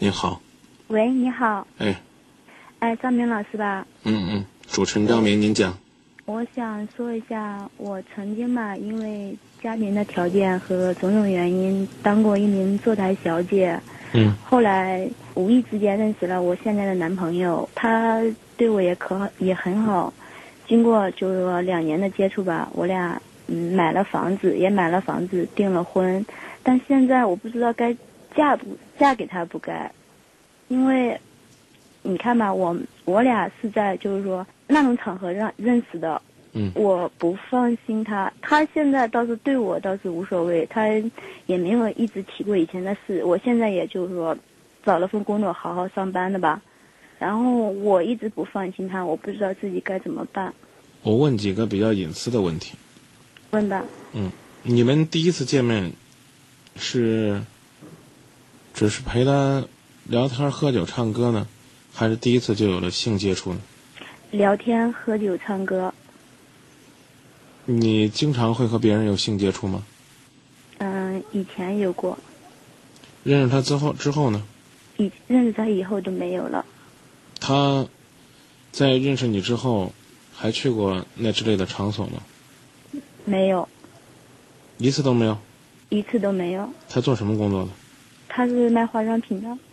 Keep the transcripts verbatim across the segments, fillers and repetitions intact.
你好。 喂，你好。 哎。 哎，张明老师吧？ 嗯嗯，主持人张明，您讲。 我想说一下，我曾经吧，因为家庭的条件和种种原因，当过一名坐台小姐。 嗯。 后来无意之间认识了我现在的男朋友，他对我也可也很好。经过就是说两年的接触吧，我俩嗯买了房子，也买了房子，订了婚。但现在我不知道该嫁不嫁给他不该，因为你看吧，我我俩是在就是说那种场合让认识的。 嗯。 我不放心他，他现在倒是对我倒是无所谓，他也没有一直提过以前的事。我现在也就是说找了份工作，好好上班的吧。然后我一直不放心他，我不知道自己该怎么办。 我问几个比较隐私的问题。 问吧。 嗯，你们第一次见面是只是陪他聊天、喝酒、唱歌呢，还是第一次就有了性接触呢？ 聊天、喝酒、唱歌。 你经常会和别人有性接触吗？ 嗯，以前有过。 认识他之后之后呢？ 以认识他以后都没有了。 他在认识你之后还去过那之类的场所吗？ 没有。 一次都没有？ 一次都没有。 他做什么工作的？ 他是卖化妆品的。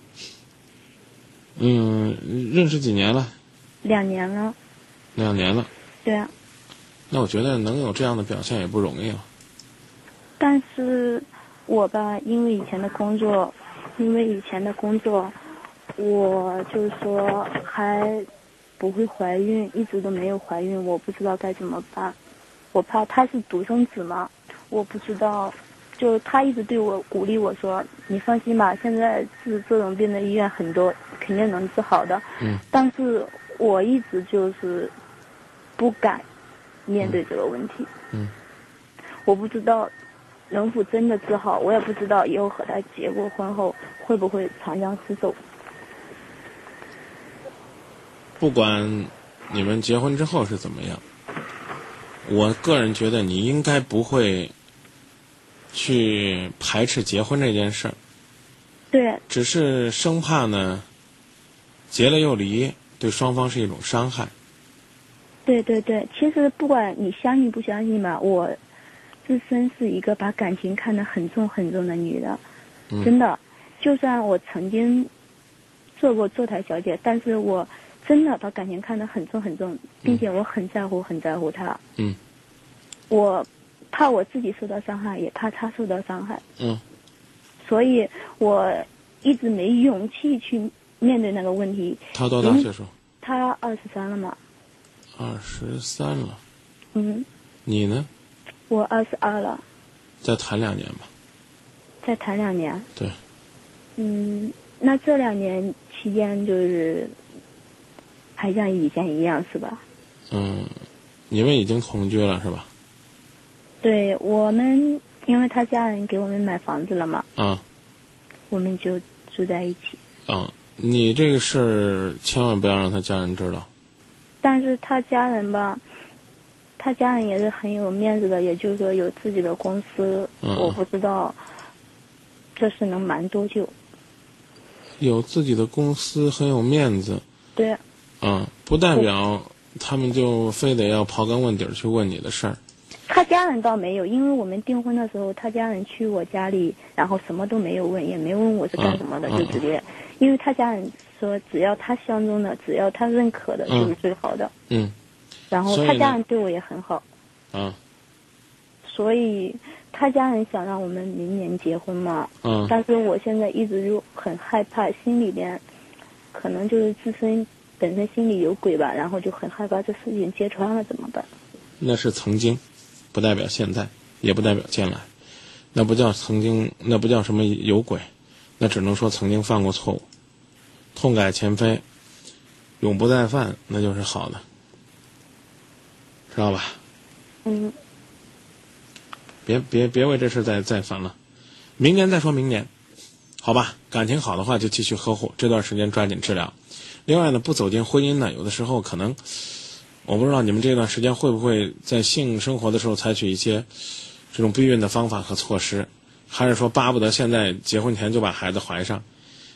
嗯，认识几年了？ 两年了。 两年了。 对啊。 那我觉得能有这样的表现也不容易了。 但是我吧，因为以前的工作，因为以前的工作，我就是说还不会怀孕，一直都没有怀孕，我不知道该怎么办。我怕他是独生子嘛，我不知道。就他一直对我鼓励我说：“你放心吧，现在治这种病的医院很多，肯定能治好的。” 嗯。 但是我一直就是不敢面对这个问题。 嗯。 我不知道能否真的治好，我也不知道以后和他结过婚后会不会长相厮守。 不管你们结婚之后是怎么样，我个人觉得你应该不会去排斥结婚这件事儿。 对。 只是生怕呢，结了又离，对双方是一种伤害。 对对对，其实不管你相信不相信吧，我自身是一个把感情看得很重很重的女的。 嗯。 真的，就算我曾经做过坐台小姐，但是我真的把感情看得很重很重，并且我很在乎很在乎他。 嗯。 我怕我自己受到伤害，也怕他受到伤害。 嗯。 所以我一直没勇气去面对那个问题。 他多大岁数？ 他二十三了嘛。 二十三了。 嗯。 你呢？ 我二十二了。 再谈两年吧。 再谈两年。 对。 嗯，那这两年期间就是还像以前一样是吧？ 嗯，你们已经同居了是吧？ 对，我们因为他家人给我们买房子了嘛。 啊。 我们就住在一起。 啊，你这个事儿千万不要让他家人知道。 但是他家人吧，他家人也是很有面子的，也就是说有自己的公司。 嗯。 我不知道这事能瞒多久。 有自己的公司很有面子。 对。 嗯，不代表他们就非得要刨根问底儿去问你的事儿。 他家人倒没有，因为我们订婚的时候，他家人去我家里，然后什么都没有问，也没问我是干什么的， 嗯、 就直接，因为他家人说只要他相中的，只要他认可的，就是最好的。 嗯。 然后他家人对我也很好。 啊。 所以他家人想让我们明年结婚嘛。 嗯。 但是我现在一直就很害怕，心里边可能就是自身本身心里有鬼吧，然后就很害怕这事情揭穿了怎么办？ 那是曾经。不代表现在，也不代表将来，那不叫曾经，那不叫什么有鬼，那只能说曾经犯过错误，痛改前非，永不再犯，那就是好的，知道吧？ 嗯。 别别别为这事再再烦了，明年再说明年，好吧？感情好的话就继续呵护，这段时间抓紧治疗。另外呢，不走进婚姻呢，有的时候可能。我不知道你们这段时间会不会在性生活的时候采取一些这种避孕的方法和措施，还是说巴不得现在结婚前就把孩子怀上？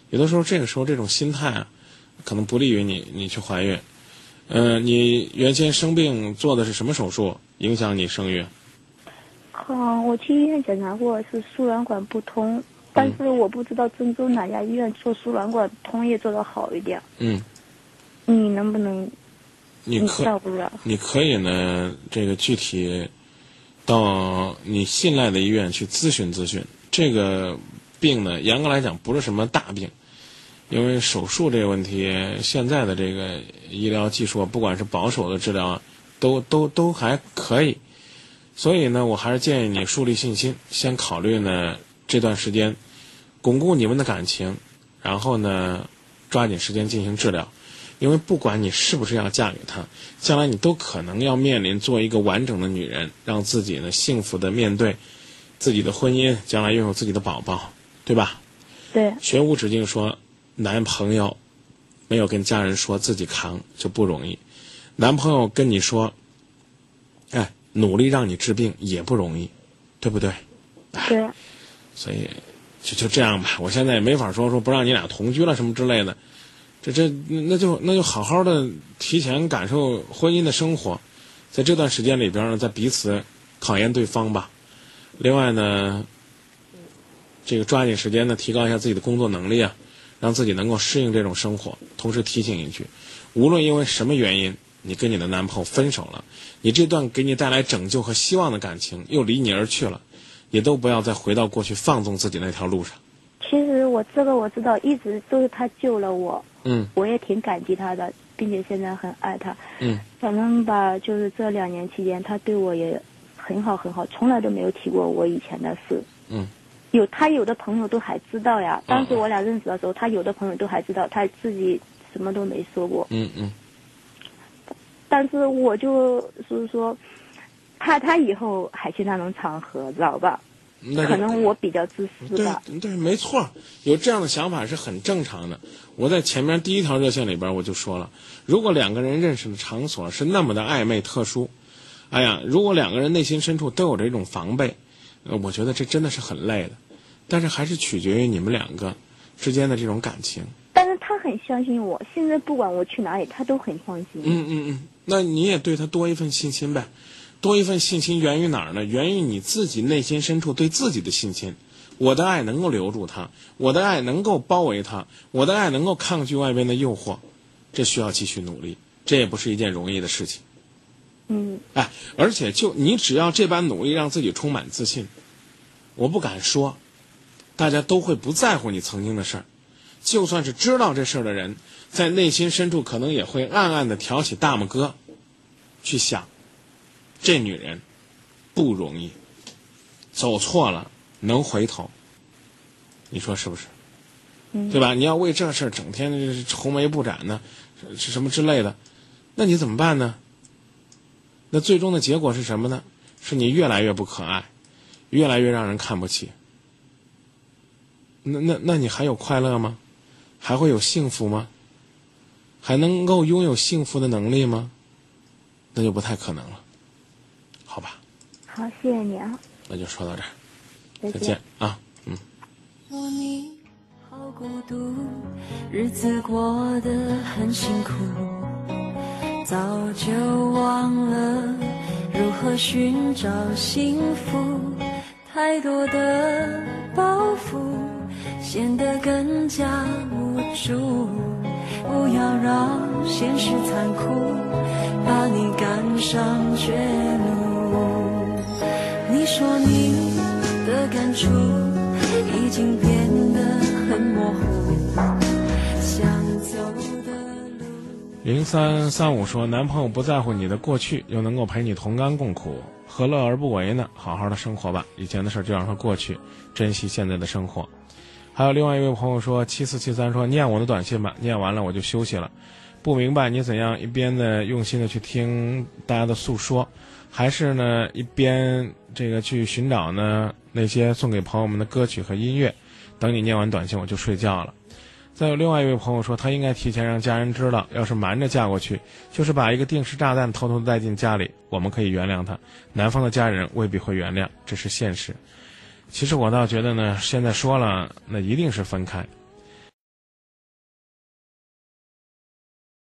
有的时候这个时候这种心态啊，可能不利于你你去怀孕。呃，你原先生病做的是什么手术，影响你生育？ 嗯，我去医院检查过，是输卵管不通，但是我不知道郑州哪家医院做输卵管通液做得好一点。 嗯， 你能不能？ 你可到不了。 你可以呢，这个具体到你信赖的医院去咨询咨询。这个病呢，严格来讲不是什么大病，因为手术这个问题，现在的这个医疗技术，不管是保守的治疗，都都都还可以。所以呢，我还是建议你树立信心，先考虑呢这段时间巩固你们的感情，然后呢抓紧时间进行治疗。因为不管你是不是要嫁给他，将来你都可能要面临做一个完整的女人，让自己呢幸福的面对自己的婚姻，将来拥有自己的宝宝，对吧？ 对。 学无止境说，男朋友没有跟家人说自己扛就不容易，男朋友跟你说，哎，努力让你治病也不容易，对不对？ 对。 所以就就这样吧，我现在也没法说说不让你俩同居了什么之类的。这这那就那就好好的提前感受婚姻的生活，在这段时间里边呢，在彼此考验对方吧。另外呢，这个抓紧时间呢，提高一下自己的工作能力啊，让自己能够适应这种生活。同时提醒一句，无论因为什么原因，你跟你的男朋友分手了，你这段给你带来拯救和希望的感情又离你而去了，也都不要再回到过去放纵自己那条路上。 其实我这个我知道，一直都是他救了我。 嗯， 我也挺感激他的，并且现在很爱他。 嗯， 反正吧，就是这两年期间，他对我也很好很好，从来都没有提过我以前的事。 嗯， 有他有的朋友都还知道呀。当时我俩认识的时候，他有的朋友都还知道，他自己什么都没说过。 嗯嗯。 但是我就是说，怕他以后还去那种场合，知道吧？可能我比较自私吧。 对对，没错，有这样的想法是很正常的。我在前面第一条热线里边我就说了，如果两个人认识的场所是那么的暧昧特殊，哎呀，如果两个人内心深处都有这种防备，呃，我觉得这真的是很累的。但是还是取决于你们两个之间的这种感情。 但是他很相信我，现在不管我去哪里，他都很放心。 嗯嗯嗯，那你也对他多一份信心呗。多一份信心源于哪儿呢？源于你自己内心深处对自己的信心。我的爱能够留住他，我的爱能够包围他，我的爱能够抗拒外边的诱惑，这需要继续努力，这也不是一件容易的事情。 嗯， 哎，而且就你只要这般努力，让自己充满自信，我不敢说大家都会不在乎你曾经的事儿，就算是知道这事儿的人，在内心深处可能也会暗暗地挑起大拇哥，去想这女人不容易，走错了能回头，你说是不是？ 嗯， 对吧？你要为这事儿整天愁眉不展呢，是什么之类的，那你怎么办呢？那最终的结果是什么呢？是你越来越不可爱，越来越让人看不起。那那那你还有快乐吗？还会有幸福吗？还能够拥有幸福的能力吗？那就不太可能了。好吧， 好，谢谢你啊。 那就说到这儿， 再见, 再见啊，嗯。 说你好孤独，日子过得很辛苦，早就忘了如何寻找幸福，太多的包袱显得更加无助，不要让现实残酷把你赶上绝路。你说你的感触已经变得很模糊，想走的路。 零三三五说，男朋友不在乎你的过去，又能够陪你同甘共苦，何乐而不为呢？好好的生活吧，以前的事就让它过去，珍惜现在的生活。还有另外一位朋友说，七四七三说，念我的短信吧，念完了我就休息了。不明白你怎样一边的用心的去听大家的诉说，还是呢一边这个去寻找呢那些送给朋友们的歌曲和音乐。等你念完短信我就睡觉了。再有另外一位朋友说，他应该提前让家人知道，要是瞒着嫁过去，就是把一个定时炸弹偷偷带进家里，我们可以原谅他，男方的家人未必会原谅，这是现实。其实我倒觉得呢，现在说了那一定是分开，